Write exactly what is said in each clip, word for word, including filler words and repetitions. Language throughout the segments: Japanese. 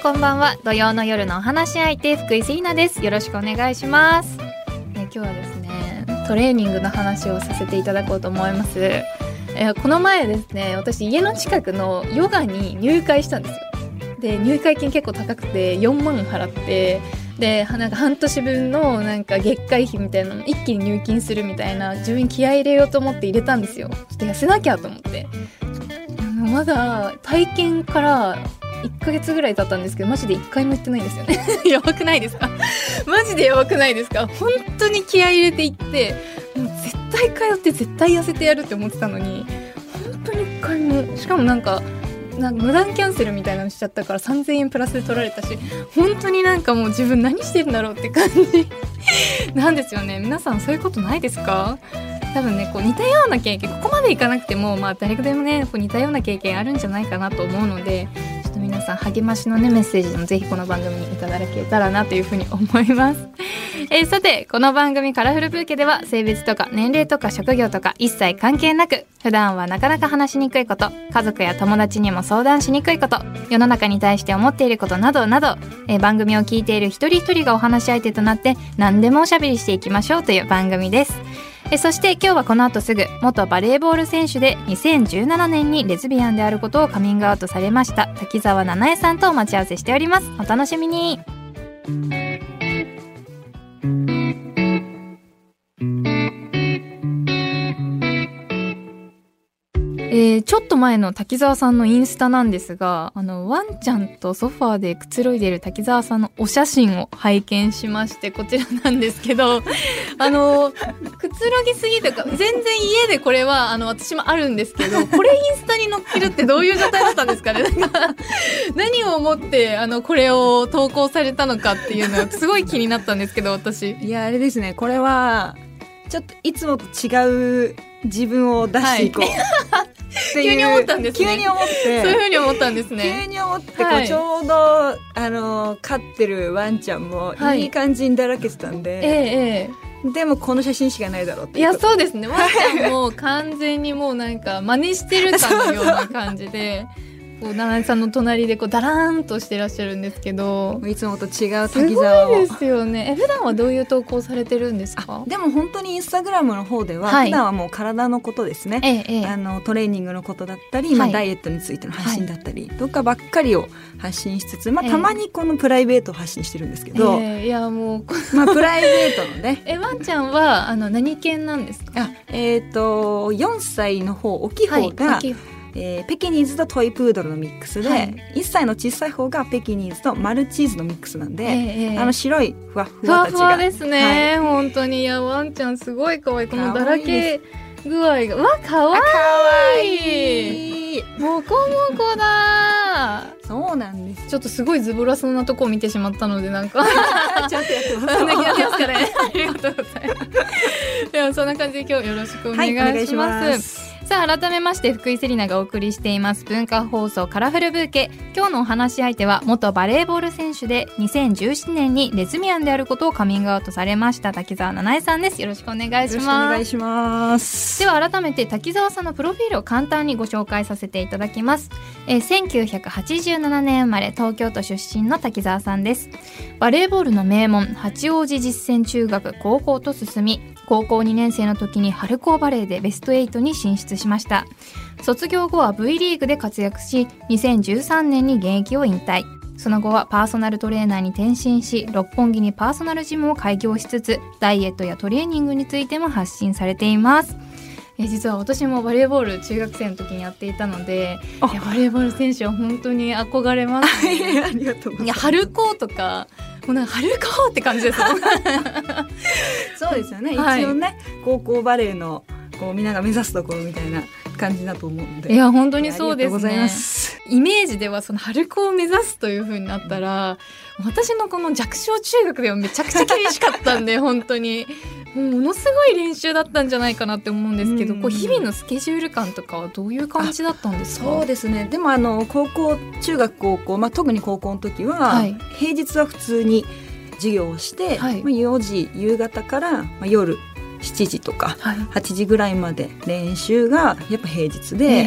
こんばんは。土曜の夜のお話し相手、福井セリナです。よろしくお願いします。ね、今日はですね、トレーニングの話をさせていただこうと思います。えこの前ですね、私家の近くのヨガに入会したんですよ。で、入会金結構高くてよんまん払って、でなんか半年分のなんか月会費みたいなの一気に入金するみたいな、自分に気合い入れようと思って入れたんですよ。ちょっと痩せなきゃと思って。まだ体験からいっかげつぐらい経ったんですけど、マジでいっかいも行ってないんですよねやばくないですかマジでやばくないですか。本当に気合い入れていって、もう絶対通って絶対痩せてやるって思ってたのに、本当にいっかいも。しかもなんかなんか無断キャンセルみたいなのしちゃったからさんぜんえんプラスで取られたし、本当になんかもう自分何してるんだろうって感じなんですよね。皆さんそういうことないですか？多分ね、こう似たような経験、ここまでいかなくても、まあ誰でもね、こう似たような経験あるんじゃないかなと思うので、ちょっと皆さん励ましのねメッセージもぜひこの番組にいただけたらなというふうに思います。えー、さて、この番組カラフルブーケでは性別とか年齢とか職業とか一切関係なく、普段はなかなか話しにくいこと、家族や友達にも相談しにくいこと、世の中に対して思っていることなどなど、えー、番組を聞いている一人一人がお話し相手となって何でもおしゃべりしていきましょうという番組です。えそして今日はこの後すぐ、元バレーボール選手でにせんじゅうななねんにレズビアンであることをカミングアウトされました滝沢ななえさんとお待ち合わせしております。お楽しみに。えー、ちょっと前の滝沢さんのインスタなんですが、あのワンちゃんとソファーでくつろいでいる滝沢さんのお写真を拝見しまして、こちらなんですけどあのくつろぎすぎとか、全然家でこれはあの私もあるんですけど、これインスタに載っけるってどういう状態だったんですかね。なんか何を思ってあのこれを投稿されたのかっていうのはすごい気になったんですけど、私。 いや、あれですね、これはちょっといつもと違う自分を出していこう、はい急に思ったんですね。 急に思って、そういうふうに思ったんですね。 急に思って、はい、こうちょうどあの飼ってるワンちゃんもいい感じにだらけてたんで、はい、ええ、でもこの写真しかないだろうっていう。 いや、そうですね。ワンちゃんも完全にもうなんか真似してるかのような感じでこう七井さんの隣でこうダラーンとしてらっしゃるんですけど、 いつもと違う滝沢を。 すごいですよね。え、普段はどういう投稿されてるんですか？ でも本当にインスタグラムの方では、はい、普段はもう体のことですね、ええ、あのトレーニングのことだったり、はい、まあ、ダイエットについての発信だったりとかばっかりを発信しつつ、まあ、たまにこのプライベートを発信してるんですけど、 えー、いやもうまあ、プライベートのねえワンちゃんはあの何犬なんですか？ あ、えー、とよんさいの方、大きい方が、はい、えー、ペキニーズとトイプードルのミックスで、はい、いっさいの小さい方がペキニーズとマルチーズのミックスなんで、えー、あの白いふわふわたちがふわふわですね、はい、本当に。いや、ワンちゃんすごい可愛い。このだらけ具合が、うわ、可愛い、もこもこだ。 そうなんです。 ちょっとすごいズボラそうなとこを見てしまったので、なんかちゃんとやってますやってますかねありがとうございますではそんな感じで今日よろしくお願いします、はい、お願いします。さあ、改めまして福井セリナがお送りしています文化放送カラフルブーケ。今日のお話し相手は元バレーボール選手でにせんじゅうななねんにレズビアンであることをカミングアウトされました滝沢ななえさんです。よろしくお願いします。 よろしくお願いします。 では改めて滝沢さんのプロフィールを簡単にご紹介させていただきます。えー、せんきゅうひゃくはちじゅうななねん生まれ、東京都出身の滝沢さんです。バレーボールの名門八王子実践中学高校と進み、高校にねん生の時に春高バレーでベストはちに進出しました。卒業後は V リーグで活躍し、にせんじゅうさんねんに現役を引退。その後はパーソナルトレーナーに転身し、六本木にパーソナルジムを開業しつつ、ダイエットやトレーニングについても発信されています。え実は私もバレーボール中学生の時にやっていたので、いやバレーボール選手は本当に憧れますねありがとうございます。いや、 春高とかもうなんか春高って感じですそうですよね、 はい、 一応ね、高校バレーのこうみんなが目指すところみたいな感じだと思うので。 いや本当にそうですね。 ありがとうございます。 イメージではその春高を目指すという風になったら、私のこの弱小中学ではめちゃくちゃ厳しかったんで本当にもうものすごい練習だったんじゃないかなって思うんですけど、こう日々のスケジュール感とかはどういう感じだったんですか？ そうですね、でもあの高校中学高校、まあ、特に高校の時は、はい、平日は普通に授業をして、はい、まあ、よじ夕方から、まあ、夜しちじとかはちじぐらいまで練習がやっぱ平日で、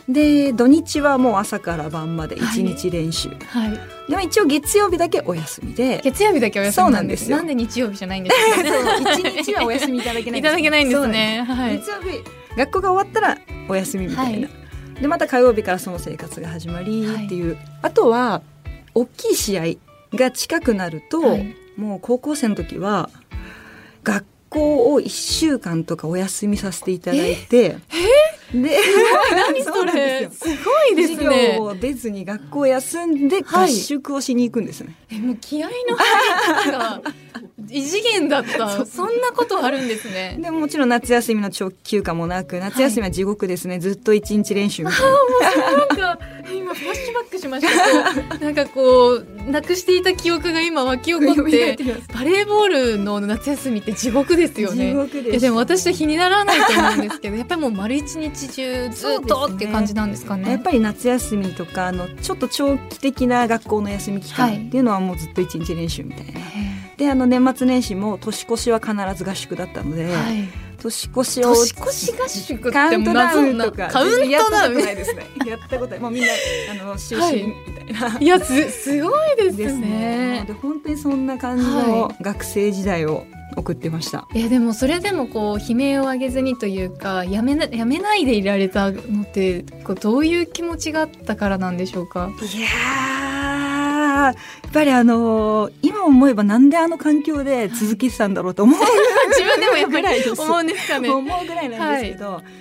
で土日はもう朝から晩までいちにち練習、はいはい、でも一応月曜日だけお休みで。 月曜日だけお休みなんです。 そうなんですよ。 なんで日曜日じゃないんですかね。 そういちにちはお休みいただけないんです。 いただけないんですね。はい、 月曜日学校が終わったらお休みみたいな、はい、でまた火曜日からその生活が始まりっていう、はい、あとは大きい試合が近くなると、はい、もう高校生の時は学校をいっしゅうかんとかお休みさせていただいて、 ええで何それすごいですね。 授業を出ずに学校を休んで合宿をしに行くんですね、 はい、えもう気合の入り方が異次元だった。そ, そんなことあるんですね。 でもちろん夏休みの長期休暇もなく、夏休みは地獄ですね、はい、ずっと一日練習みたいな。 もうなんか今フラッシュバックしましたなんかこうなくしていた記憶が今湧き起こってバレーボールの夏休みって地獄ですよね。 地獄です。 いやでも私は日にならないと思うんですけどやっぱりもう丸一日中ずっとっていう感じなんですかね。 やっぱり夏休みとかあのちょっと長期的な学校の休み期間っていうのはもうずっと一日練習みたいな、はい、であの年末年始も年越しは必ず合宿だったので、はい、年越しを年越し合宿ってカウントダウンとかカウントダウンやったことないですね。やったことない。もうみんなあの就寝みたいな、はい、 いや す, すごいです ね, ですね。 で本当にそんな感じの学生時代を送ってました、はい、いやでもそれでもこう悲鳴を上げずにというかやめな、やめないでいられたのってこうどういう気持ちがあったからなんでしょうか。 いややっぱりあのー、今思えばなんであの環境で続けてたんだろうと思う自分でもやっぱり思うんですかね。 思うぐらいなんですけど、はい、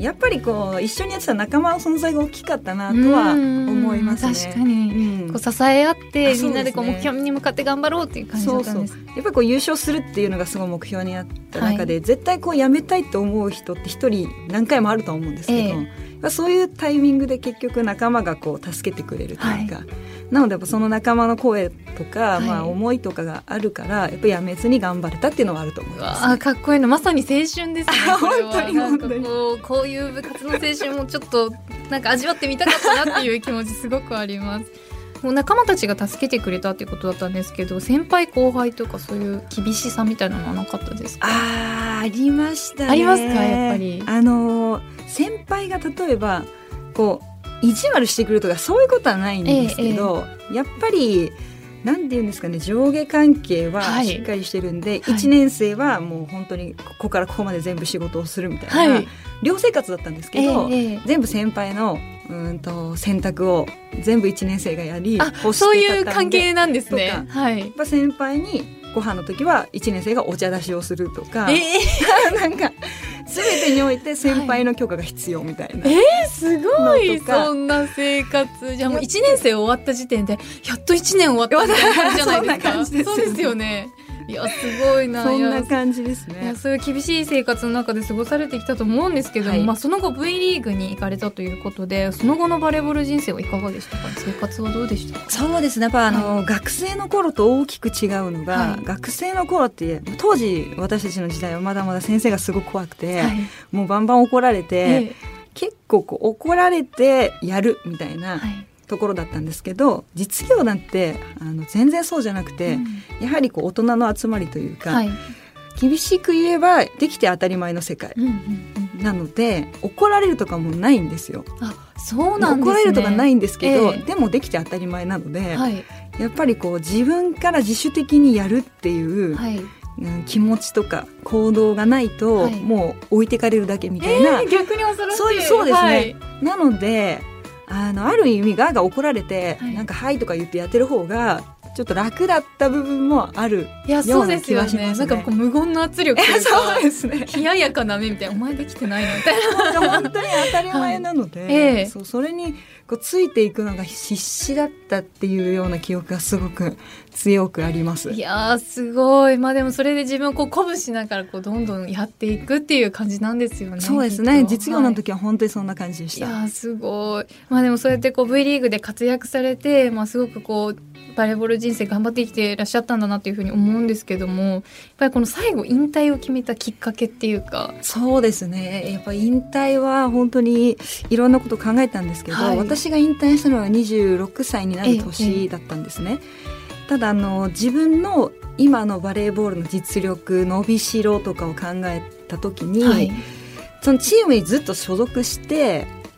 やっぱりこう一緒にやってた仲間の存在が大きかったなとは思いますね。 確かに、うん、こう支え合ってみんなでこう目標に向かって頑張ろうっていう感じだったんです。 そうそうやっぱりこう優勝するっていうのがすごい目標になった中で、はい、絶対こうやめたいと思う人って一人何回もあると思うんですけど、えー、そういうタイミングで結局仲間がこう助けてくれるというか、はい、なのでその仲間の声とか、はいまあ、思いとかがあるからやっぱりやめずに頑張れたっていうのはあると思います、ね、 あかっこいいのまさに青春ですね。 本当に本当にこう、こういう部活の青春もちょっとなんか味わってみたかったなっていう気持ちすごくあります。もう仲間たちが助けてくれたっていうことだったんですけど先輩後輩とかそういう厳しさみたいなのはなかったですか。 あありましたね。 ありますか。やっぱりあの先輩が例えばこう意地悪してくるとかそういうことはないんですけど、ええ、やっぱりなんていうんですかね上下関係はしっかりしてるんで、はい、いちねん生はもう本当にここからここまで全部仕事をするみたいな、はい、寮生活だったんですけど、ええ、全部先輩のうんと洗濯を全部いちねん生がやりあそういう関係なんですね。はい、 やっぱ先輩にご飯の時はいちねん生がお茶出しをするとか、 えー、 なんか全てにおいて先輩の許可が必要みたいな、 はい、えー、すごいそんな生活じゃあもういちねん生終わった時点でやっといちねん終わったみたいな感じじゃないですか。そんな感じですよね。そうですよね。いやすごいな。 そんな感じですね。 いやそういう厳しい生活の中で過ごされてきたと思うんですけども、はいまあ、その後 V リーグに行かれたということでその後のバレーボール人生はいかがでしたか。生活はどうでしたか。 そうですねやっぱあの、はい、学生の頃と大きく違うのが、はい、学生の頃って当時私たちの時代はまだまだ先生がすごく怖くて、はい、もうバンバン怒られて、ええ、結構こう怒られてやるみたいな、はいところだったんですけど実業なんてあの全然そうじゃなくて、うん、やはりこう大人の集まりというか、はい、厳しく言えばできて当たり前の世界、うんうんうん、なので怒られるとかもないんですよ。 あそうなんですね。 怒られるとかないんですけど、 えー、 でもできて当たり前なので、はい、やっぱりこう自分から自主的にやるっていう、はいうん、気持ちとか行動がないと、はい、もう置いてかれるだけみたいな、 えー、逆に恐ろしい。 そういうそうですね、はい、なのであのある意味ガーガー怒られて、はい、なんかはいとか言ってやってる方がちょっと楽だった部分もあるような気がしますね。いやそうですよね。なんかこう無言の圧力というかそうですね冷ややかな目みたいなお前できてないのみたいな本当に当たり前なので、はいえー、そうそれにこうついていくのが必死だったっていうような記憶がすごく強くあります。 いやすごい。まあでもそれで自分をこう鼓舞しながらこうどんどんやっていくっていう感じなんですよね。 そうですね。実業の時は本当にそんな感じでした。 はい、いやすごい。まあでもそうやってこう V リーグで活躍されて、まあ、すごくこうバレーボール人生頑張ってきていらっしゃったんだなっていうふうに思うんですけどもやっぱりこの最後引退を決めたきっかけっていうか。 そうですねやっぱ引退は本当にいろんなことを考えたんですけど、はい、私が引退したのはにじゅうろくさいになる年だったんですね、ええ、ただあの自分の今のバレーボールの実力伸びしろとかを考えた時に、はい、そのチームにずっと所属して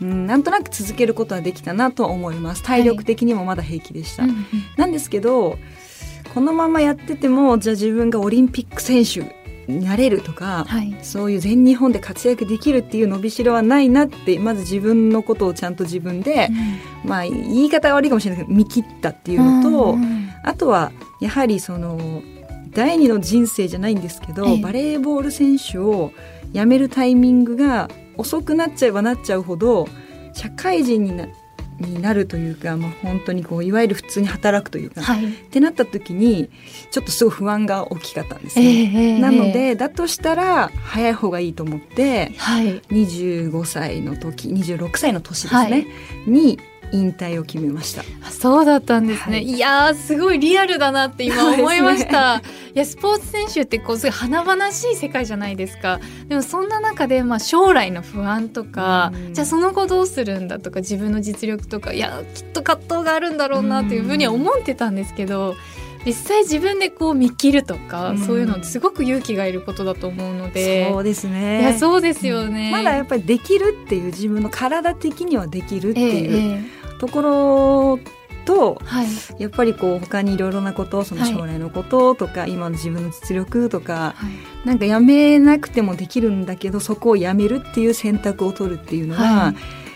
うん、なんとなく続けることはできたなと思います。体力的にもまだ平気でした、はい、なんですけどこのままやっててもじゃあ自分がオリンピック選手になれるとか、はい、そういう全日本で活躍できるっていう伸びしろはないなってまず自分のことをちゃんと自分で、うん、まあ言い方は悪いかもしれないけど見切ったっていうのと、うん、あとはやはりその第二の人生じゃないんですけど、ええ、バレーボール選手を辞めるタイミングが遅くなっちゃえばなっちゃうほど社会人になになるというか、まあ、本当にこういわゆる普通に働くというか、はい、ってなった時にちょっとすごい不安が大きかったんですね、えー、なのでだとしたら早い方がいいと思って、はい、にじゅうごさいの時にじゅうろくさいの年ですね、はい、に引退を決めました。 そうだったんですね、はい、いやーすごいリアルだなって今思いました、ね、いやスポーツ選手ってこうすごい華々しい世界じゃないですか。でもそんな中で、まあ、将来の不安とか、じゃあその後どうするんだとか自分の実力とかいやきっと葛藤があるんだろうなというふうには思ってたんですけど、実際自分でこう見切るとか、うん、そういうのってすごく勇気がいることだと思うので。 そうですね。 いやそうですよね、 うん、まだやっぱりできるっていう自分の体的にはできるっていう、ええ、ところと、はい、やっぱりこう他にいろいろなことその将来のこととか、はい、今の自分の実力とか、はい、なんかやめなくてもできるんだけどそこをやめるっていう選択を取るっていうのが、はい、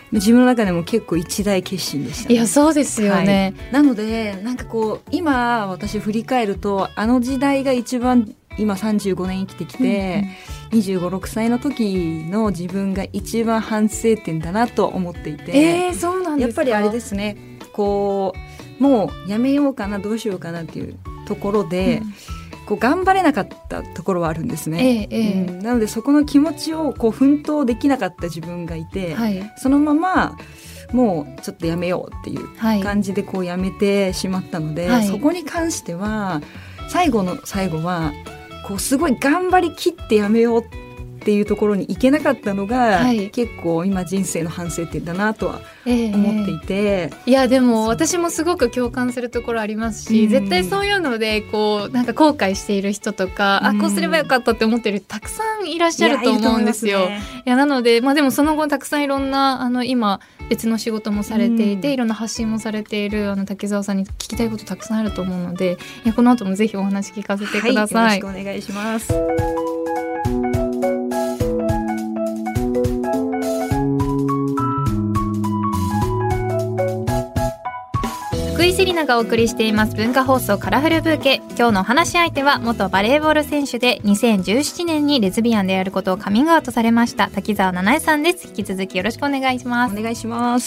自分の中でも結構一大決心でした、ね、 いやそうですよね、 はい、なのでなんかこう今私振り返るとあの時代が一番今さんじゅうごねん生きてきて、うん、にじゅうご、ろくさいの時の自分が一番反省点だなと思っていて、 えー、そうなんですか。 やっぱりあれですね、こうもうやめようかなどうしようかなっていうところで、うん、こう頑張れなかったところはあるんですね、えーえーうん、なのでそこの気持ちをこう奮闘できなかった自分がいて、はい、そのままもうちょっとやめようっていう感じでこうやめてしまったので、はい、そこに関しては最後の最後はこうすごい頑張りきってやめようっていうところに行けなかったのが、はい、結構今人生の反省点だなとは思っていて、えー、いやでも私もすごく共感するところありますし、うん、絶対そういうのでこうなんか後悔している人とか、うん、あこうすればよかったって思ってる人たくさんいらっしゃると思うんですよ。いや、いいと思いますね。いやなので、まあ、でもその後たくさんいろんなあの今別の仕事もされていて、うん、いろんな発信もされているあの竹澤さんに聞きたいことたくさんあると思うので、いやこの後もぜひお話聞かせてください、 はい、よろしくお願いします。 福井セリナがお送りしています文化放送カラフルブーケ。今日のお話し相手は元バレーボール選手でにせんじゅうななねんにレズビアンであることをカミングアウトされました滝沢ななえさんです。引き続きよろしくお願いします。 お願いします、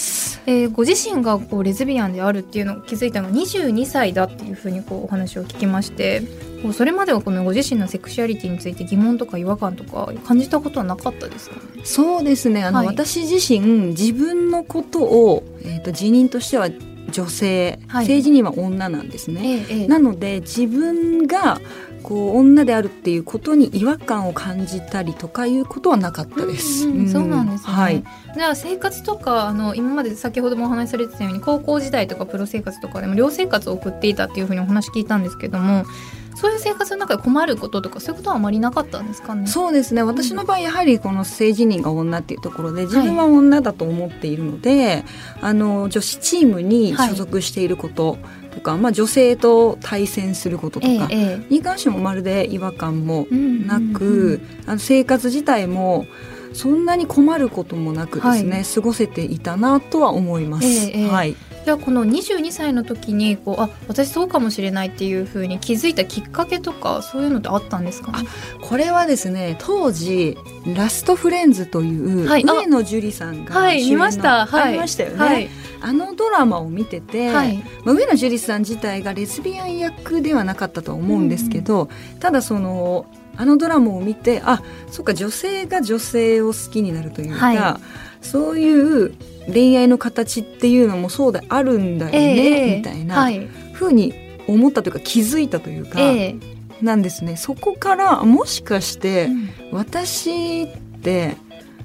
えー、ご自身がこうレズビアンであるっていうのを気づいたのはにじゅうにさいだっていうふうにこうお話を聞きまして、こうそれまではこのご自身のセクシュアリティについて疑問とか違和感とか感じたことはなかったですかね。 そうですね、あの、はい、私自身自分のことを、えーと、自認としては女性、はい、性自認は女なんですね、ええ、なので自分がこう女であるっていうことに違和感を感じたりとかいうことはなかったです、 うんうん、そうなんですね、はい、じゃあ生活とかあの今まで先ほどもお話しされてたように高校時代とかプロ生活とかでも寮生活を送っていたっていうふうにお話聞いたんですけども、そういう生活の中で困ることとかそういうことはあまりなかったんですかね。 そうですね、私の場合やはりこの性自認が女っていうところで自分は女だと思っているので、はい、あの女子チームに所属していることとか、はい、まあ、女性と対戦することとかに関してもまるで違和感もなく、うんうんうん、あの生活自体もそんなに困ることもなくですね、はい、過ごせていたなとは思います、えーえーはい、 じゃあこのにじゅうにさいの時にこうあ私そうかもしれないっていう風に気づいたきっかけとかそういうのってあったんですかね。 あ、これはですね、当時ラストフレンズという、はい、上野樹里さんが主演の、はい、見ました、はい、ありましたよね、はい、あのドラマを見てて、はい、まあ、上野樹里さん自体がレズビアン役ではなかったとは思うんですけど、うん、ただそのあのドラマを見て、あ、そっか、女性が女性を好きになるというか、はい、そういう恋愛の形っていうのもそうであるんだよね、えー、みたいな、はい、風に思ったというか気づいたというか、えー、なんですね。そこからもしかして、うん、私って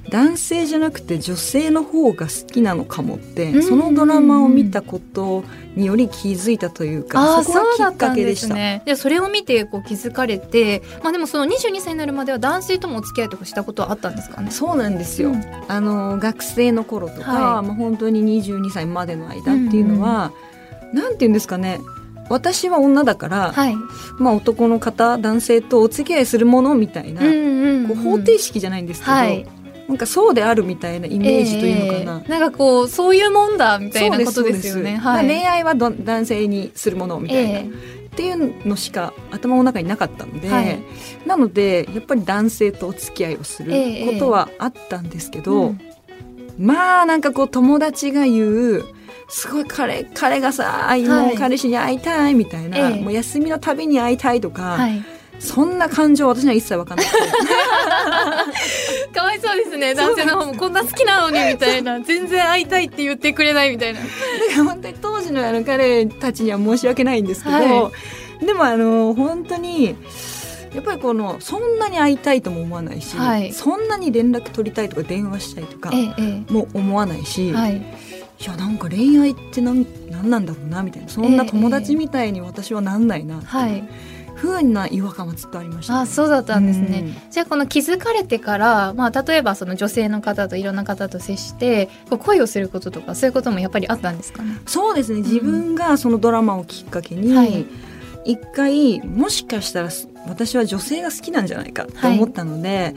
男性じゃなくて女性の方が好きなのかもって、うん、そのドラマを見たことにより気づいたというか、そこがきっかけでした。 そうだったんですね。でそれを見てこう気づかれて、まあ、でもそのにじゅうにさいになるまでは男性ともお付き合いとかしたことはあったんですかね。 そうなんですよ、うん、あの学生の頃とか、はい、まあ、本当ににじゅうにさいまでの間っていうのは、うんうん、なんていうんですかね、私は女だから、はい、まあ、男の方男性とお付き合いするものみたいな、うんうんうん、こう方程式じゃないんですけど、はい、なんかそうであるみたいなイメージというのかな、 えー、なんかこうそういうもんだみたいなことですよね。 はい、まあ、恋愛はど男性にするものみたいな、えー、っていうのしか頭の中になかったので、はい、なのでやっぱり男性とお付き合いをすることはあったんですけど、えーうん、まあなんかこう友達が言うすごい 彼, 彼がさ、はい、もう彼氏に会いたいみたいな、ええ、もう休みのたびに会いたいとか、はい、そんな感情私には一切分かんなくてかわいそうですね。男性の方もこんな好きなのにみたいな全然会いたいって言ってくれないみたいな。だから本当に当時のあの彼たちには申し訳ないんですけど、はい、でもあの本当にやっぱりこのそんなに会いたいとも思わないし、はい、そんなに連絡取りたいとか電話したいとかも思わないし、ええ、はい、いやなんか恋愛って何なんだろうなみたいな、そんな友達みたいに私はなんないなって、えーはい、ふうな違和感はずっとありました、ね。 あ、そうだったんですね。うん、じゃあこの気づかれてから、まあ、例えばその女性の方といろんな方と接してこう恋をすることとかそういうこともやっぱりあったんですかね。 そうですね、自分がそのドラマをきっかけに、うん、はい、一回もしかしたら私は女性が好きなんじゃないかって思ったので、はい、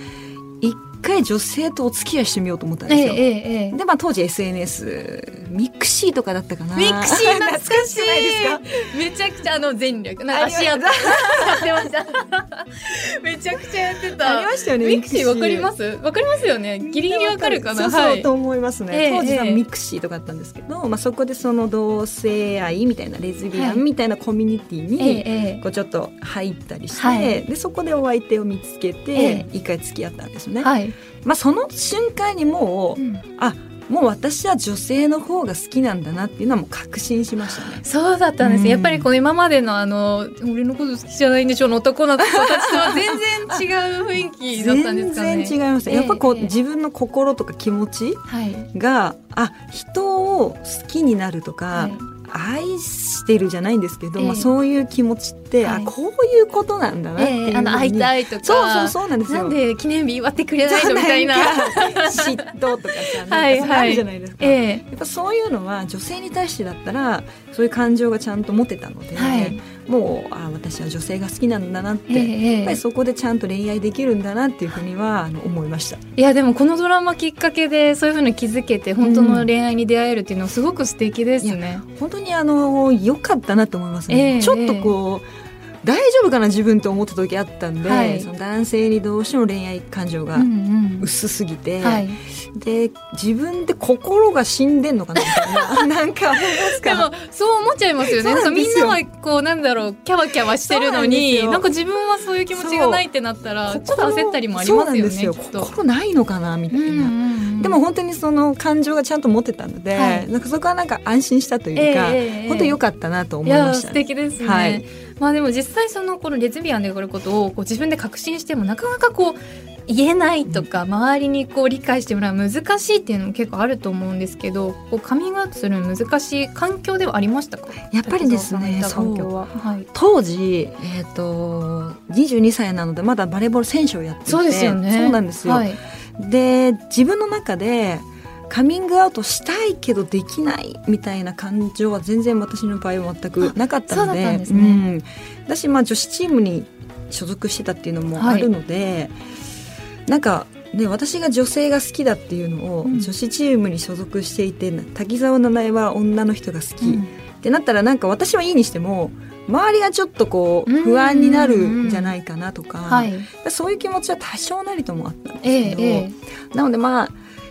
一回女性とお付き合いしてみようと思ったんですよ。えーえー、で、まあ、当時 エスエヌエス ミクシーとかだったかな。 ミクシー懐かしいないですか。めちゃくちゃあの全力なんか足やってましためちゃくちゃやってた。 ありましたよね。 ミクシーわかりますわかりますよね。ギリギリわかるかな。 そうそう、はい、と思いますね。当時はミクシーとかあったんですけど、まあ、そこでその同性愛みたいなレズビアンみたいなコミュニティにこうちょっと入ったりして、はい、でそこでお相手を見つけて一回付き合ったんですね。はい、まあ、その瞬間にもう、うん、あ、もう私は女性の方が好きなんだなっていうのはもう確信しましたね。 そうだったんです、うん、やっぱりこの今までのあの俺のこと好きじゃないんでしょうの男の子たちとは全然違う雰囲気だったんですかね。 全然違います、えー、やっぱこう、えー、自分の心とか気持ちが、はい、あ、人を好きになるとか、はい、愛してるじゃないんですけど、えーまあ、そういう気持ちって、はい、あ、こういうことなんだなっていう、えー、あの会いたいとか、 そうそうそうなんですよ。 なんで記念日祝ってくれないのみたいな嫉妬とかさ、なんかあるじゃないですか、はいはい、えー、やっぱそういうのは女性に対してだったらそういう感情がちゃんと持てたので、はい、もうあ、私は女性が好きなんだなって、えー、やっぱりそこでちゃんと恋愛できるんだなっていうふうにはあの思いました。 いやでもこのドラマきっかけでそういうふうに気づけて本当の恋愛に出会えるっていうのはすごく素敵ですね。 うん、本当にあの良かったなと思いますね。えー、ちょっとこう、えー大丈夫かな自分と思った時あったんで、はい、その男性にどうしても恋愛感情が薄すぎて、うんうん、はい、で自分で心が死んでんのかなみたいななんか思いますか。 でもそう思っちゃいますよね。なんかみんなはこうなんだろうキャバキャバしてるのに な, なんか自分はそういう気持ちがないってなったらちょっと焦ったりもありますよね。 そうなんですよ。心ないのかなみたいな、うんうんうん、でも本当にその感情がちゃんと持ってたので、はい、なんかそこはなんか安心したというか、えー、本当に良かったなと思いました、ね。 いや素敵ですね。はい、まあ、でも実際そのこのレズビアンであることをこう自分で確信してもなかなかこう言えないとか、周りにこう理解してもらう難しいっていうのも結構あると思うんですけど、こうカミングアウトする難しい環境ではありましたか。 やっぱりですね、そう、はい、当時、えー、とにじゅうにさいなのでまだバレーボール選手をやっていて、 そうですよね。 そうなんですよ、はい、で自分の中でカミングアウトしたいけどできないみたいな感情は全然私の場合は全くなかったので、そうだったんですね。うん、私、まあ、女子チームに所属してたっていうのもあるので、はい、なんかね、私が女性が好きだっていうのを、うん、女子チームに所属していて滝沢七重は女の人が好き、うん、ってなったらなんか私はいいにしても周りがちょっとこう不安になるんじゃないかなとか、はい、そういう気持ちは多少なりともあったんですけど、えーえー、なのでまあ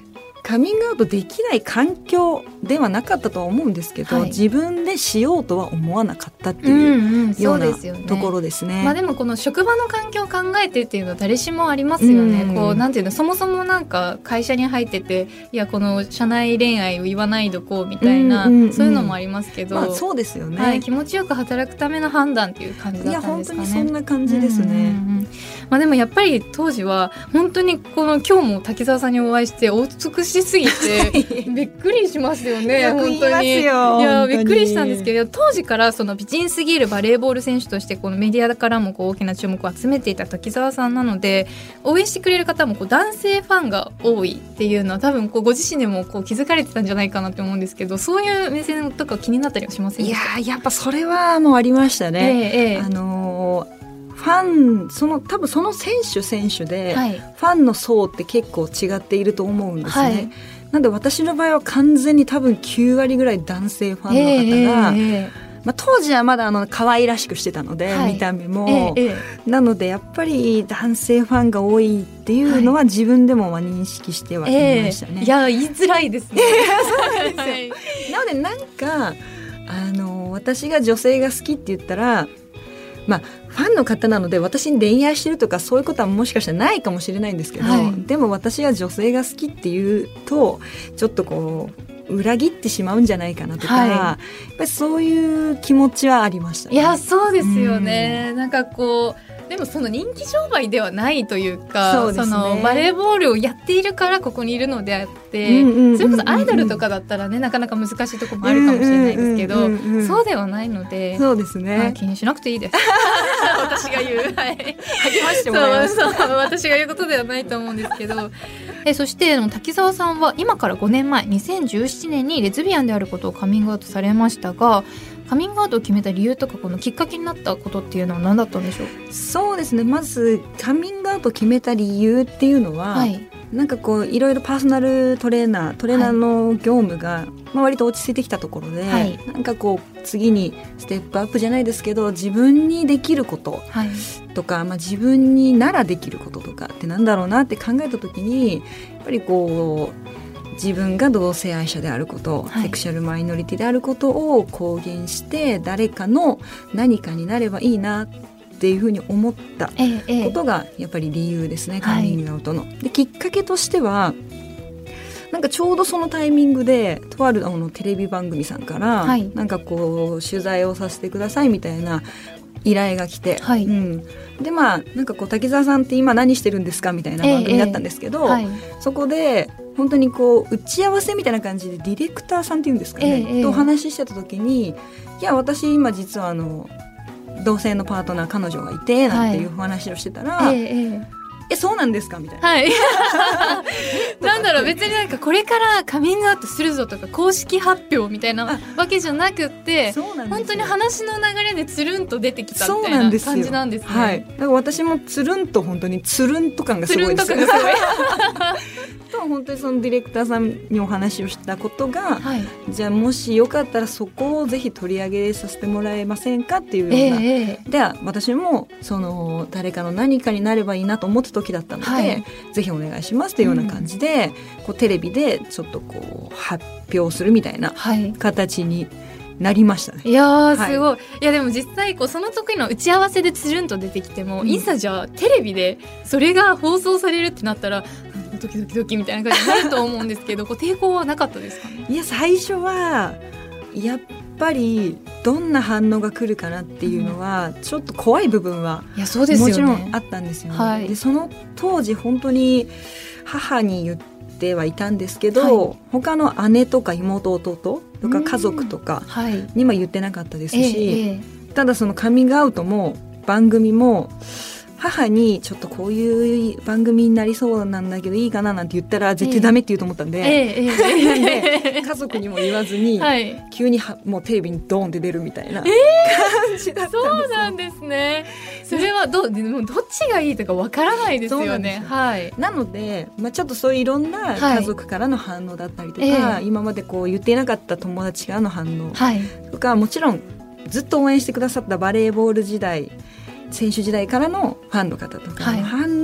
カミングアウトできない環境ではなかったとは思うんですけど、はい、自分でしようとは思わなかったっていうようなところですね。 うんうん、まあ、でもこの職場の環境を考えてっていうのは誰しもありますよね。うん、こうなんていうの、そもそもなんか会社に入ってて、いやこの社内恋愛を言わないどこうみたいな、うんうんうん、そういうのもありますけど、 まあ、そうですよね、 はい、気持ちよく働くための判断っていう感じだったんですかね。 いや本当にそんな感じですね。うんうんうん、 まあ、でもやっぱり当時は本当にこの今日も滝沢さんにお会いしてお美しすぎてびっくりしますよね。 よく言いますよ。 いやびっくりしたんですけど、当時からその美人すぎるバレーボール選手としてこのメディアからもこう大きな注目を集めていた滝沢さんなので、応援してくれる方もこう男性ファンが多いっていうのは多分こうご自身でもこう気づかれてたんじゃないかなと思うんですけど、そういう目線とか気になったりはしませんか？ いややっぱそれはもうありましたね。えーえー、あのーファンその多分その選手選手で、はい、ファンの層って結構違っていると思うんですね。はい、なんで私の場合は完全に多分きゅうわりぐらい男性ファンの方が、えーえーまあ、当時はまだあの可愛らしくしてたので、はい、見た目も、えーえー、なのでやっぱり男性ファンが多いっていうのは自分でもまあ認識してはいましたね。えー、 いや言いづらいですね。 そうなんですよ。はい、なのでなんかあの私が女性が好きって言ったら、まあ、ファンの方なので私に恋愛してるとかそういうことはもしかしたらないかもしれないんですけど、はい、でも私が女性が好きっていうとちょっとこう裏切ってしまうんじゃないかなとか、はい、やっぱりそういう気持ちはありましたね。 いやそうですよね。なんかこうでもその人気商売ではないというか、 そうですね、そのバレーボールをやっているからここにいるのであって、うんうんうんうん、それこそアイドルとかだったらねなかなか難しいところもあるかもしれないですけど、うんうんうんうん、そうではないので、 そうですね、 まあ、気にしなくていいです私が言う、はい、 励ましてもらいました。 そうそう私が言うことではないと思うんですけどえそして滝沢さんは今からごねんまえにせんじゅうななねんにレズビアンであることをカミングアウトされましたが、カミングアウトを決めた理由とかこのきっかけになったことっていうのは何だったんでしょう？ そうですね、まずカミングアウトを決めた理由っていうのは、はい、なんかこういろいろパーソナルトレーナートレーナーの業務が、はいまあ、割と落ち着いてきたところで、はい、なんかこう次にステップアップじゃないですけど自分にできることとか、はいまあ、自分にならできることとかってなんだろうなって考えた時にやっぱりこう自分が同性愛者であること、はい、セクシャルマイノリティであることを公言して誰かの何かになればいいなっていうふうに思ったことがやっぱり理由ですね、ええ、カミングアウトの、はい、できっかけとしてはなんかちょうどそのタイミングでとあるあのテレビ番組さんから、はい、なんかこう取材をさせてくださいみたいな依頼が来て、はいうん、でまあなんかこう滝沢さんって今何してるんですかみたいな番組だったんですけど、ええはい、そこで本当にこう打ち合わせみたいな感じでディレクターさんっていうんですかね、ええ、とお話ししてた時にいや私今実はあの同性のパートナー彼女がいてなんていうお話をしてたら、はいえええそうなんですかみたいな、はい、 なんだろう別になんかこれからカミングアウトするぞとか公式発表みたいなわけじゃなくって本当に話の流れでつるんと出てきたみたいな感じなんですね。 はい、だから私もつるんと本当につるんと感がすごいですよと本当にそのディレクターさんにお話をしたことが、はい、じゃあもしよかったらそこをぜひ取り上げさせてもらえませんかっていうような、えー、では私もその誰かの何かになればいいなと思って時だったので、はい、ぜひお願いしますというような感じで、うん、こうテレビでちょっとこう発表するみたいな形になりましたね。 いやーすごい、はい、いやでも実際こうその時の打ち合わせでつるんと出てきても、うん、いざじゃあテレビでそれが放送されるってなったらドキドキドキみたいな感じになると思うんですけどこう抵抗はなかったですかね？ いや最初はやっぱりどんな反応が来るかなっていうのはちょっと怖い部分はもちろんあったんですよね。はい、でその当時本当に母に言ってはいたんですけど、はい、他の姉とか妹弟とか家族とかにも言ってなかったですし、はいええ、ただそのカミングアウトも番組も母にちょっとこういう番組になりそうなんだけどいいかななんて言ったら絶対ダメって言うと思ったんで、ええええ、なんで家族にも言わずに、はい、急にはもうテレビにドーンって出るみたいな感じだったんですよ。 そうなんですね。それは ど, でもどっちがいいとかわからないですよね。はい、 なので、まあ、ちょっとそういういろんな家族からの反応だったりとか、はい、今までこう言っていなかった友達からの反応とか、はい、もちろんずっと応援してくださったバレーボール時代選手時代からのファンの方とかの反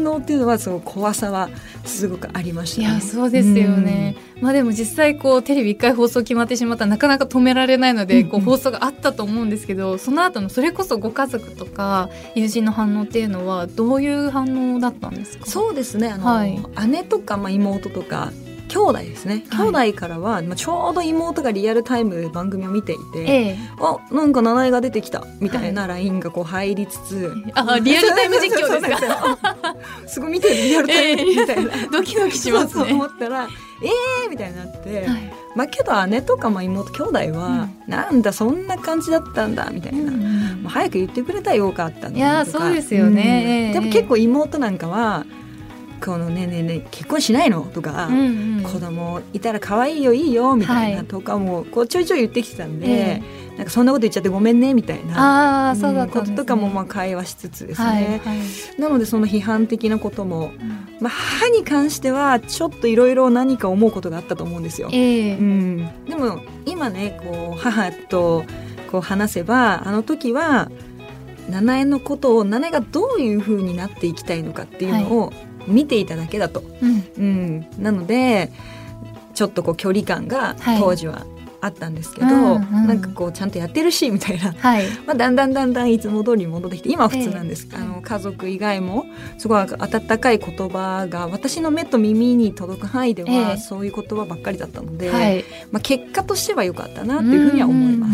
反応っていうのはその怖さはすごくありましたね。 いやそうですよね、うん、まあでも実際こうテレビいっかい放送決まってしまったらなかなか止められないので、うんうん、こう放送があったと思うんですけど、その後のそれこそご家族とか友人の反応っていうのはどういう反応だったんですか？ そうですね、あの、はい、姉とか、まあ、妹とか兄弟ですね、兄弟からは、はい、まあ、ちょうど妹がリアルタイムで番組を見ていて、ええ、あ、なんか七重が出てきたみたいな ライン がこう入りつつ、 はい、あ、リアルタイム実況ですか？ すごい見てるリアルタイムみたいな、えー、ドキドキしますね。 そうそう思ったらえーみたいになって、はい、まあ、けど姉とかまあ妹兄弟は、うん、なんだそんな感じだったんだみたいな、うんうん、もう早く言ってくれたらよかったのとか。 いやそうですよね、 うん、でも結構妹なんかはこのねねね結婚しないのとか、うんうん、子供いたら可愛いよいいよみたいなとかもこうちょいちょい言ってきてたんで、えー、なんかそんなこと言っちゃってごめんねみたいな、 あ、そうだったんですね、 こととかもまあ会話しつつですね、 はいはい、 なのでその批判的なことも、うん、まあ、母に関してはちょっといろいろ何か思うことがあったと思うんですよ、えーうん、でも今ねこう母とこう話せばあの時は七重のことを七重がどういう風になっていきたいのかっていうのを、はい、見ていただけだと、うんうん、なのでちょっとこう距離感が当時はあったんですけど、はい、うんうん、なんかこうちゃんとやってるしみたいな、はい、まあ、だんだんだんだんいつも通りに戻ってきて今は普通なんです、えー、あの家族以外もすごい温かい言葉が私の目と耳に届く範囲では、えー、そういう言葉ばっかりだったので、はい、まあ、結果としては良かったなっていうふうには思います。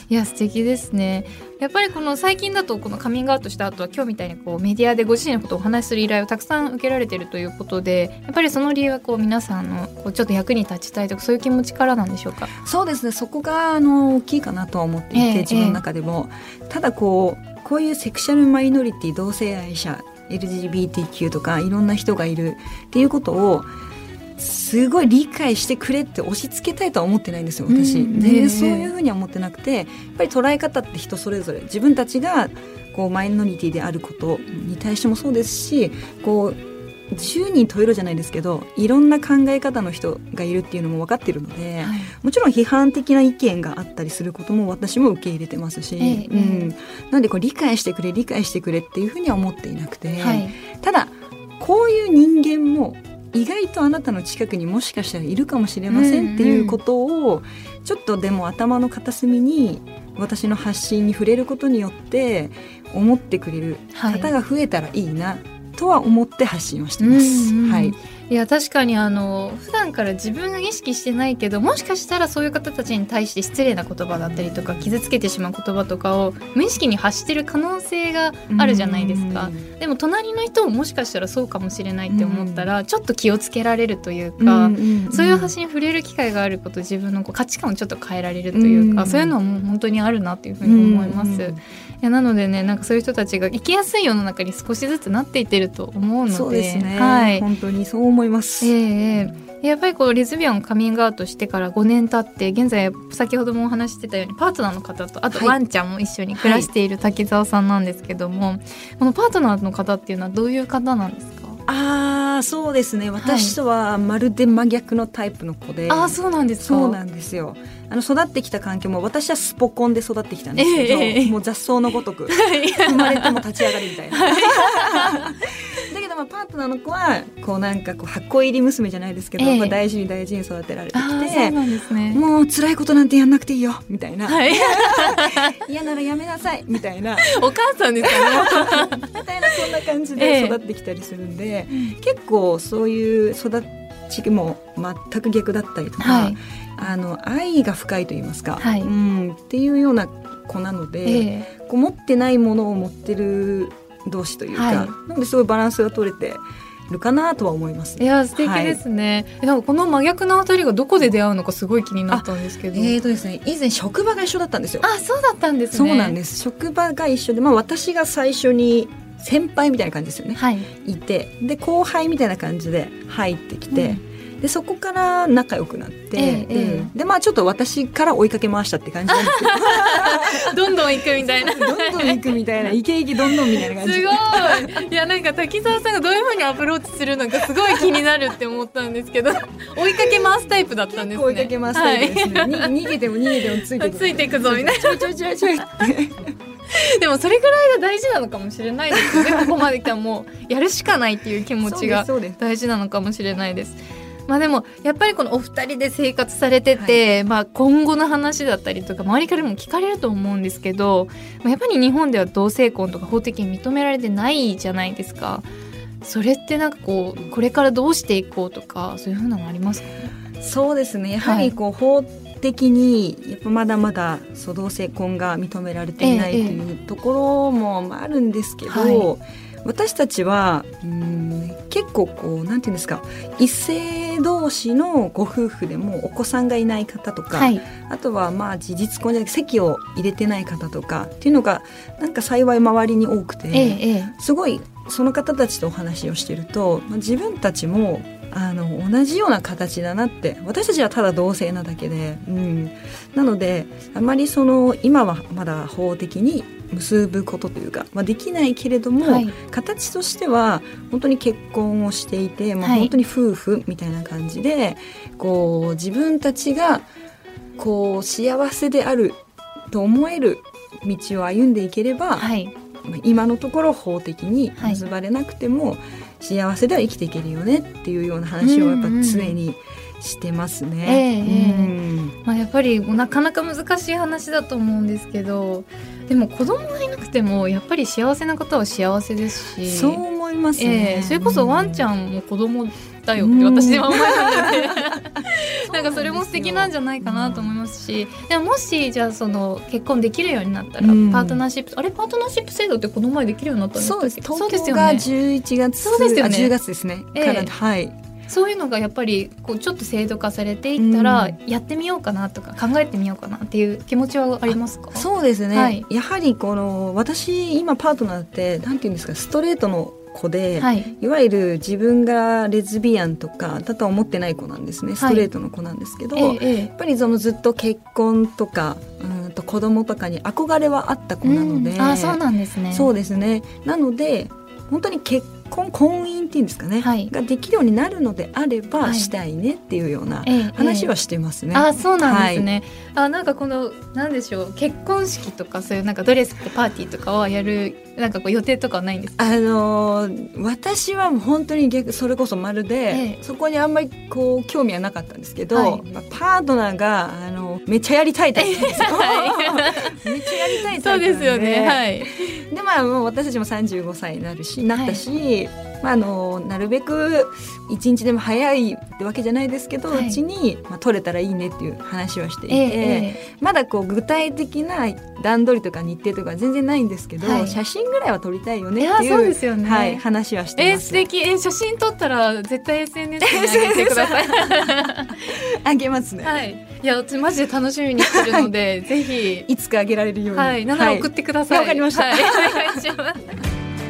いや素敵ですね。やっぱりこの最近だとこのカミングアウトした後は今日みたいにこうメディアでご自身のことをお話しする依頼をたくさん受けられているということで、やっぱりその理由はこう皆さんのこうちょっと役に立ちたいとかそういう気持ちからなんでしょうか？ そうですね、そこがあの大きいかなとは思っていて、えー、自分の中でも、えー、ただこうこういうセクシャルマイノリティ同性愛者 エルジービーティーキュー とかいろんな人がいるっていうことをすごい理解してくれって押し付けたいとは思ってないんですよ私、うん、でそういうふうには思ってなくて、やっぱり捉え方って人それぞれ、自分たちがこうマイノリティであることに対してもそうですし、こうじゅうにん十色じゃないですけどいろんな考え方の人がいるっていうのも分かってるので、はい、もちろん批判的な意見があったりすることも私も受け入れてますし、ええ、うん、なのでこう理解してくれ理解してくれっていうふうには思っていなくて、はい、ただこういう人間も意外とあなたの近くにもしかしたらいるかもしれませんっていうことをちょっとでも頭の片隅に私の発信に触れることによって思ってくれる方が増えたらいいなとは思って発信をしてます、うんうん、はい、 いや確かにあの普段から自分が意識してないけどもしかしたらそういう方たちに対して失礼な言葉だったりとか傷つけてしまう言葉とかを無意識に発してる可能性があるじゃないですか。でも隣の人ももしかしたらそうかもしれないって思ったらちょっと気をつけられるというか、そういう発信に触れる機会があること自分のこう価値観をちょっと変えられるというか、そういうのはもう本当にあるなっていうふうに思います。いやなのでね、なんかそういう人たちが生きやすい世の中に少しずつなっていってると思うので、 そうですね、はい、本当にそう思います。 えー、やっぱりこうレズビアンをカミングアウトしてからごねん経って現在先ほどもお話してたようにパートナーの方とあとワンちゃんも一緒に暮らしている滝沢さんなんですけども、はい、このパートナーの方っていうのはどういう方なんですか？ あーそうですね、私とはまるで真逆のタイプの子で、 はい、あそうなんですか。 そうなんですよ。あの育ってきた環境も私はスポコンで育ってきたんですけど、えー、もう雑草のごとく生まれても立ち上がりみたいなだけどまあパートナーの子はこうなんかこう箱入り娘じゃないですけど、えー、大事に大事に育てられてきて、 そうなんですね、 もう辛いことなんてやんなくていいよみたいな、はい、嫌ならやめなさいみたいなお母さんですかねみたいなそんな感じで育ってきたりするんで、えー、結構そういう育ちも全く逆だったりとか、はい、あの愛が深いと言いますか、はい、うん、っていうような子なので、えー、こう持ってないものを持ってる同士というか、はい、なのですごいバランスが取れてるかなとは思います、ね、 いや素敵ですね、はい、なんかこの真逆なあたりがどこで出会うのかすごい気になったんですけど、 えーとですね、以前職場が一緒だったんですよ。 あそうだったんですね。 そうなんです、職場が一緒で、まあ、私が最初に先輩みたいな感じですよね、はい、いてで後輩みたいな感じで入ってきて、うん、でそこから仲良くなって、ええうん、でまあちょっと私から追いかけ回したって感じなんですけどどんどん行くみたいなどんどん行くみたいなイケイケどんどんみたいな感じすごい。いやなんか滝沢さんがどういう風にアプローチするのかすごい気になるって思ったんですけど追いかけ回すタイプだったんですね。 追いかけ回すタイプですね、はい、逃げても逃げてもついてくついていくぞみたいなちょいちょいちょいちょいってでもそれぐらいが大事なのかもしれないですよね。ここまで来たらもうやるしかないっていう気持ちが大事なのかもしれないです。まあ、でもやっぱりこのお二人で生活されてて、はい、まあ、今後の話だったりとか周りからも聞かれると思うんですけど、やっぱり日本では同性婚とか法的に認められてないじゃないですか。それってなんかこうこれからどうしていこうとかそういうふうなのありますかね。 そうですね、やはりこう、はい、法的にやっぱまだまだそう同性婚が認められていない、ええ、というところもあるんですけど、はい、私たちはうーん結構こうなんていうんですか、異性同士のご夫婦でもお子さんがいない方とか、はい、あとはまあ事実婚じゃなくて籍を入れてない方とかっていうのがなんか幸い周りに多くて、ええ、すごいその方たちとお話をしていると、自分たちもあの同じような形だなって、私たちはただ同性なだけで、うん、なのであまりその今はまだ法的に結ぶことというか、まあ、できないけれども、はい、形としては本当に結婚をしていて、まあ、本当に夫婦みたいな感じで、はい、こう自分たちがこう幸せであると思える道を歩んでいければ、はい、今のところ法的に結ばれなくても幸せでは生きていけるよねっていうような話をやっぱ常にしてますね。 まあ、やっぱりなかなか難しい話だと思うんですけど、でも子供がいなくてもやっぱり幸せな方は幸せですし、 そう思いますね、 えー、それこそワンちゃんも子供だよって私は思いなのでなんかそれも素敵なんじゃないかなと思いますし、でももしじゃあその結婚できるようになったら、うん、パートナーシップあれパートナーシップ制度ってこの前できるようになったんですか。 そうです、東京がじゅういちがつ、そうですよね、じゅうがつですね、えー、から、はい、 そういうのがやっぱりこうちょっと制度化されていったら、やってみようかなとか考えてみようかなっていう気持ちはありますか。 そうですね、はい、やはりこの私今パートナーってなんていうんですか、ストレートの子で、はい、いわゆる自分がレズビアンとかだとは思ってない子なんですね。ストレートの子なんですけど、はい、やっぱりそのずっと結婚とかうんと子供とかに憧れはあった子なので、 あ、そうなんですね。 そうですね、なので本当に結婚婚姻っていうんですかね、はい、ができるようになるのであれば、はい、したいねっていうような話はしてますね、 ええええ、あ、そうなんですね、はい、あ、なんかこのなんでしょう、結婚式とかそういうなんかドレスってパーティーとかはやるなんかこう予定とかはないんですか。 あのー、私は本当に逆それこそまるで、ええ、そこにあんまりこう興味はなかったんですけど、はい、まあ、パートナーがあのめっちゃやりたいタイプなんですよ、はい、めっちゃやりたいタイプなんで、 そうですよね、はい、 で、まあ、もう私たちもさんじゅうごさいになるしなったし、はい、まあ、あのなるべく一日でも早いってわけじゃないですけど、はい、うちに、まあ、取れたらいいねっていう話はしていて、ええ、まだこう具体的な段取りとか日程とか全然ないんですけど、はい、写真ぐらいは撮りたいよねっていう、 そうですよね、 はい、話はしてます。 えー、素敵。えー、写真撮ったら絶対 エスエヌエス に上げてくださいあげますね、 はい、いや私マジで楽しみにしてるので、はい、ぜひいつかあげられるように、 はい、なんなら送ってください。わ、 はい、かりました、はい、 お願いします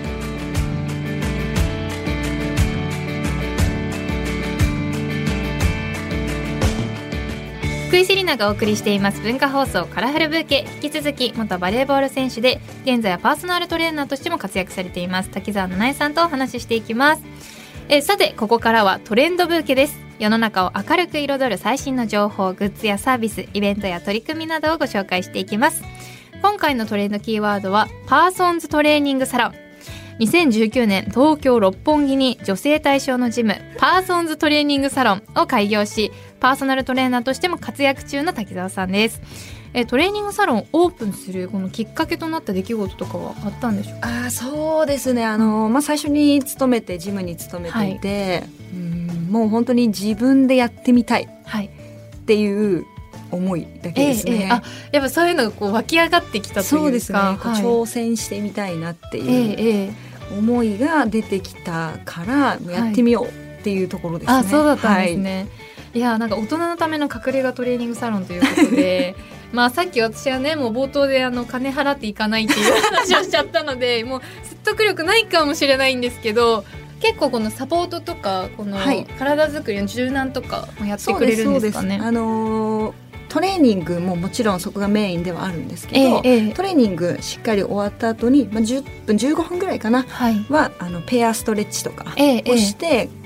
福井セリナがお送りしています文化放送カラフルブーケ、引き続き元バレーボール選手で現在はパーソナルトレーナーとしても活躍されています滝沢七重さんとお話ししていきます。えさてここからはトレンドブーケです。世の中を明るく彩る最新の情報、グッズやサービス、イベントや取り組みなどをご紹介していきます。今回のトレンドキーワードはパーソンズトレーニングサロン。にせんじゅうきゅうねん東京六本木に女性対象のジムパーソンズトレーニングサロンを開業し、パーソナルトレーナーとしても活躍中の滝沢さんです。えトレーニングサロンをオープンするこのきっかけとなった出来事とかはあったんでしょうか。 あ、そうですね、あの、まあ、最初に勤めてジムに勤めていて、はい、うんもう本当に自分でやってみたいっていう思いだけですね、はいえーえー、あやっぱそういうのがこう湧き上がってきたというか、 そうですね、はい、こう挑戦してみたいなっていう思いが出てきたからやってみようっていうところですね、 はい、あ、そうだったんですね、はい、いやなんか大人のための隠れ家トレーニングサロンということでまあさっき私はねもう冒頭であの金払っていかないっていう話をしちゃったのでもう説得力ないかもしれないんですけど、結構このサポートとかこの体作りの柔軟とかもやってくれるんですかね。そうです、そうです、あのートレーニングももちろんそこがメインではあるんですけど、えーえー、トレーニングしっかり終わった後に、まあ、じゅっぷんじゅうごふんぐらいかな、はい、はあのペアストレッチとかをして、えーえ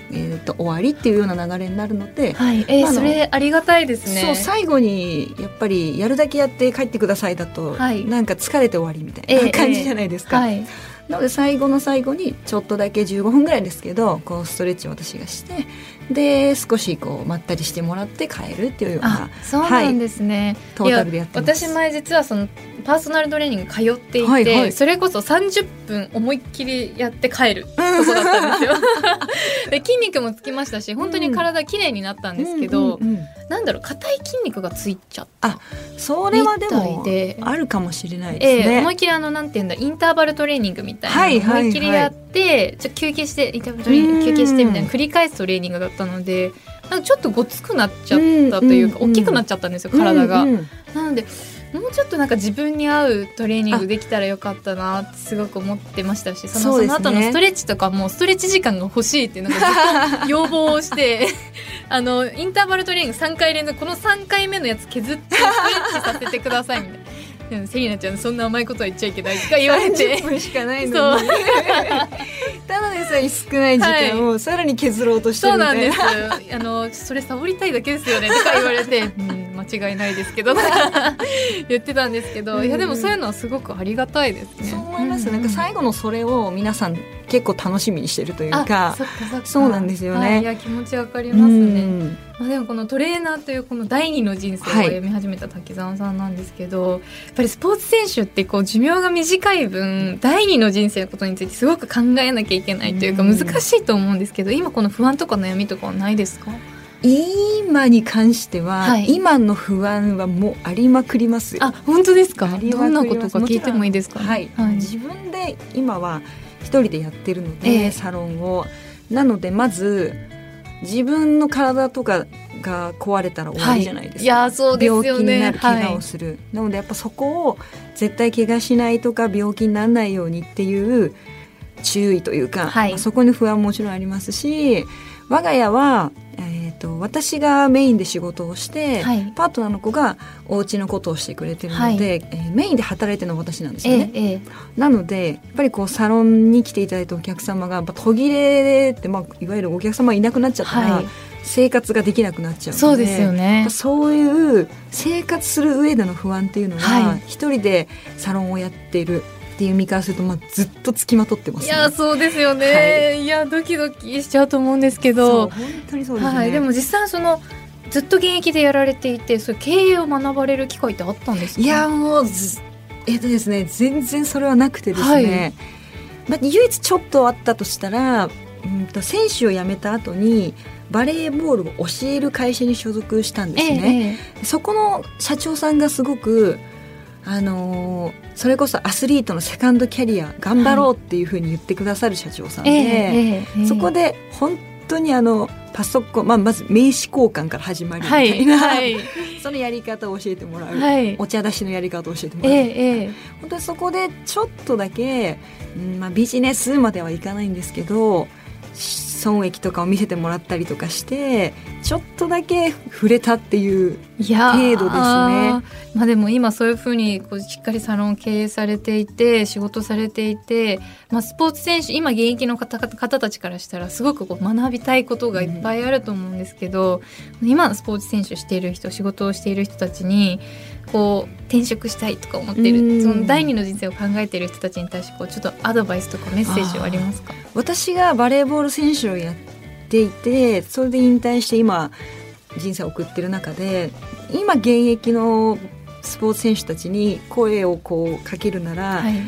えー、と終わりっていうような流れになるので、 はい、えーまあ、それありがたいですね。 そう、最後にやっぱりやるだけやって帰ってくださいだと、はい、なんか疲れて終わりみたいな感じじゃないですか、えーえーはい、なので最後の最後にちょっとだけじゅうごふんぐらいですけどこうストレッチを私がしてで少しこうまったりしてもらって帰るっていうような。 そうなんですね、 はい、トータルでやってます。 私前実はそのパーソナルトレーニング通っていて、はいはい、それこそさんじゅっぷん思いっきりやって帰るとこだったんですよで筋肉もつきましたし本当に体きれいになったんですけど、うんうんうんうん、なんだろう硬い筋肉がついちゃったあそれはでもあるかもしれないですね、 えー、思いっきりあのなんていうんだインターバルトレーニングみたいな、はいはいはい、思いっきりやってちょ休憩してインターバルトレーニング休憩してみたいな繰り返すトレーニングだったのでなんかちょっとごつくなっちゃったというか、うんうんうん、大きくなっちゃったんですよ体が、うんうん、なのでもうちょっとなんか自分に合うトレーニングできたらよかったなってすごく思ってましたし、その、その後のストレッチとかもストレッチ時間が欲しいっていうのがずっと要望をしてあのインターバルトレーニングさんかい連続このさんかいめのやつ削ってストレッチさせてくださいみたいなでもセリナちゃんそんな甘いことは言っちゃいけないとか言われてさんじゅっぷんしかないのにただでさえ少ない時間をさらに削ろうとしてるみたいな、 はい、そうなんですあのそれサボりたいだけですよねとか言われて、うん、間違いないですけど言ってたんですけど、うん、いやでもそういうのはすごくありがたいですね。 そう思います、うんうん、なんか最後のそれを皆さん結構楽しみにしてるというか、 そっかそっかそうなんですよね、 はい、いや気持ちわかりますね、うんまあ、でもこのトレーナーというこの第二の人生を読み始めた滝沢さんなんですけど、はい、やっぱりスポーツ選手ってこう寿命が短い分第二の人生のことについてすごく考えなきゃいけないというか難しいと思うんですけど、今この不安とか悩みとかはないですか？ 今に関しては、はい、今の不安はもうありまくりますよ。 あ、本当ですか？どんなことか聞いてもいいですか？ はいはい、自分で今は一人でやってるので、えー、サロンをなのでまず自分の体とかが壊れたら終わりじゃないですか、はい、いやそうですよね、病気になる怪我をする、はい、なのでやっぱそこを絶対怪我しないとか病気にならないようにっていう注意というか、はいまあ、そこに不安ももちろんありますし、我が家はえー、と私がメインで仕事をして、はい、パートナーの子がお家のことをしてくれてるので、はいえー、メインで働いてるのは私なんですよね、えーえー、なのでやっぱりこうサロンに来ていただいたお客様がやっぱ途切れって、まあ、いわゆるお客様がいなくなっちゃったら、はい、生活ができなくなっちゃうので、 そうですよね、 そういう生活する上での不安っていうのは、はい、一人でサロンをやっているっていう意味からすると、まあ、ずっとつきまとってますね。 いやそうですよね、はい、いやドキドキしちゃうと思うんですけど、 そう本当にそうですね、 はい、でも実際そのずっと現役でやられていてそういう経営を学ばれる機会ってあったんですか？ いやもうえっとですね全然それはなくてですね、はいまあ、唯一ちょっとあったとしたら、うんと選手を辞めた後にバレーボールを教える会社に所属したんですね、ええ、そこの社長さんがすごくあのー、それこそアスリートのセカンドキャリア頑張ろうっていう風に言ってくださる社長さんで、はいえーえー、そこで本当にあのパソコン、まあ、まず名刺交換から始まるみたいな、はいはい、そのやり方を教えてもらう、はい、お茶出しのやり方を教えてもらう、えーえー、本当にそこでちょっとだけ、うんまあ、ビジネスまではいかないんですけど損益とかを見せてもらったりとかしてちょっとだけ触れたっていう程度ですね。 まあ、でも今そういうふうにこうしっかりサロンを経営されていて仕事されていて、まあ、スポーツ選手今現役の 方, 方たちからしたらすごくこう学びたいことがいっぱいあると思うんですけど、うん、今スポーツ選手している人仕事をしている人たちにこう転職したいとか思っているその第二の人生を考えている人たちに対してこうちょっとアドバイスとかメッセージはありますか？ 私がバレーボール選手をやっていてそれで引退して今人生を送っている中で今現役のスポーツ選手たちに声をこうかけるなら、はい、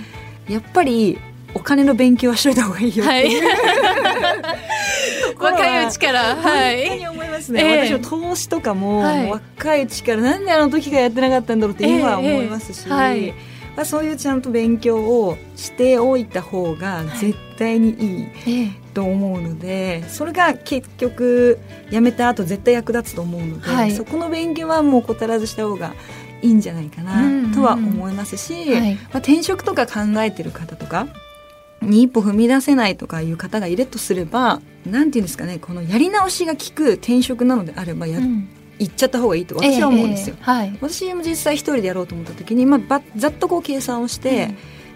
やっぱりお金の勉強はしといた方がいいよっていう、はい、 若いうちから、 はい、本当に思いますね、えー、私は投資とかも、はい、若いうちからなんであの時からやってなかったんだろうって今は思いますし、えーえーはいまあ、そういうちゃんと勉強をしておいた方が絶対にいい、はいと思うのでそれが結局辞めた後絶対役立つと思うので、はい、そこの勉強はもう怠らずした方がいいんじゃないかなとは思いますし、うんうんはいまあ、転職とか考えてる方とかに一歩踏み出せないとかいう方がいるとすればなんていうんですかねこのやり直しが効く転職なのであればや、うん、行っちゃった方がいいと私は思うんですよ、えーえーはい、私も実際一人でやろうと思った時に、まあ、ざっとこう計算をして、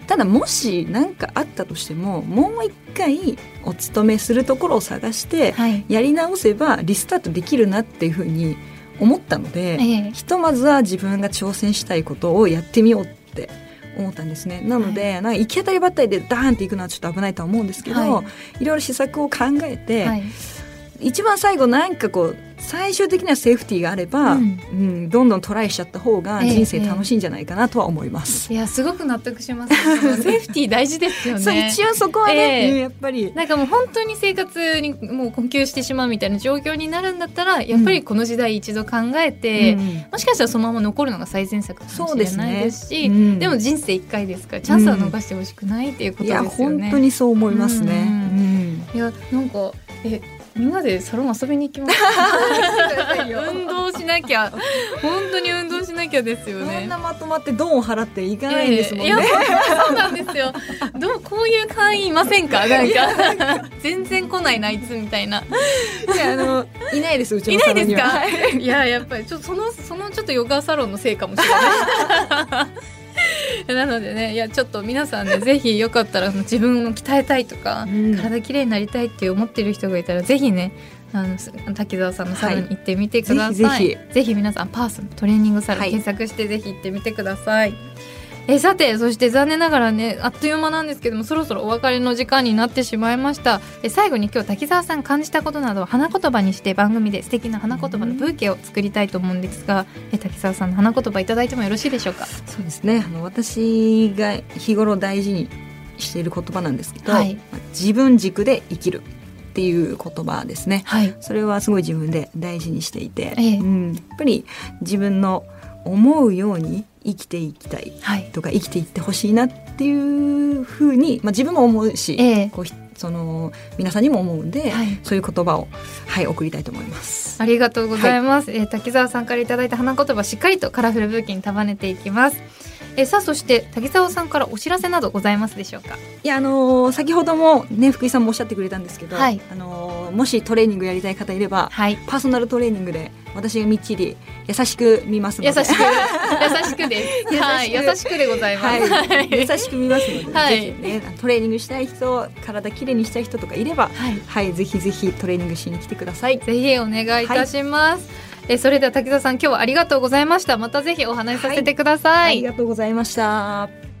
ただもし何かあったとしてももう一回お勤めするところを探してやり直せばリスタートできるなっていうふうに思ったので、ええ、ひとまずは自分が挑戦したいことをやってみようって思ったんですね。なので、はい、なんか行き当たりばったりでダーンっていくのはちょっと危ないとは思うんですけど、はい、いろいろ施策を考えて、はい、一番最後なんかこう最終的にはセーフティーがあれば、うんうん、どんどんトライしちゃった方が人生楽しいんじゃないかなとは思います、 ええ、いやすごく納得します。そのセーフティー大事ですよね。 そう一応そこはね、ええ、やっぱりなんかもう本当に生活にもう困窮してしまうみたいな状況になるんだったらやっぱりこの時代一度考えて、うん、もしかしたらそのまま残るのが最善策かもしれないですし、 で, す、ねうん、でも人生いっかいですからチャンスは逃してほしくないっていうことですよね、 うん、いや本当にそう思いますね、うんうん、いやなんかえみんなでサロン遊びに行きます運動しなきゃ本当に運動しなきゃですよね。 こんなまとまってドンを払っていかないんですもんね、えー、いやそうなんですよどうこういう会員いませんかなんか全然来ないなあいつみたいな。 いやあのいないですうちのサロンには。 いないですかいややっぱりちょっとそのそのちょっとヨガサロンのせいかもしれないなのでねいやちょっと皆さんねぜひよかったら自分を鍛えたいとか、うん、体きれいになりたいって思ってる人がいたらぜひねあの滝沢さんのサロンに行ってみてください、はい、ぜひぜひ、ぜひ皆さんパーソントレーニングサロン検索してぜひ行ってみてください、はい。えさてそして残念ながらねあっという間なんですけどもそろそろお別れの時間になってしまいました。え最後に今日滝沢さん感じたことなどを花言葉にして番組で素敵な花言葉のブーケを作りたいと思うんですが、え滝沢さんの花言葉いただいてもよろしいでしょうか。 そうですねあの私が日頃大事にしている言葉なんですけど、はい、自分軸で生きるっていう言葉ですね、はい、それはすごい自分で大事にしていて、ええうん、やっぱり自分の思うように生きていきたいとか、はい、生きていってほしいなっていうふうに、まあ、自分も思うし、えー、こうその皆さんにも思うんで、はい、そういう言葉を、はい、送りたいと思います。 ありがとうございます、はいえー、滝沢さんからいただいた花言葉しっかりとカラフルブーケに束ねていきます。えさあそして滝沢さんからお知らせなどございますでしょうか。 いや、あのー、先ほども、ね、福井さんもおっしゃってくれたんですけど、はいあのー、もしトレーニングやりたい方いれば、はい、パーソナルトレーニングで私がみっちり優しく見ますので優しく優しくですはい、優しくでございます、 はい、優しく見ますので、はい、ぜひ、ね、トレーニングしたい人体きれいにしたい人とかいれば、はいはい、ぜひぜひトレーニングしに来てください。 ぜひお願いいたします、はいえそれでは滝沢さん今日はありがとうございました。またぜひお話しさせてください、 はい、ありがとうございました。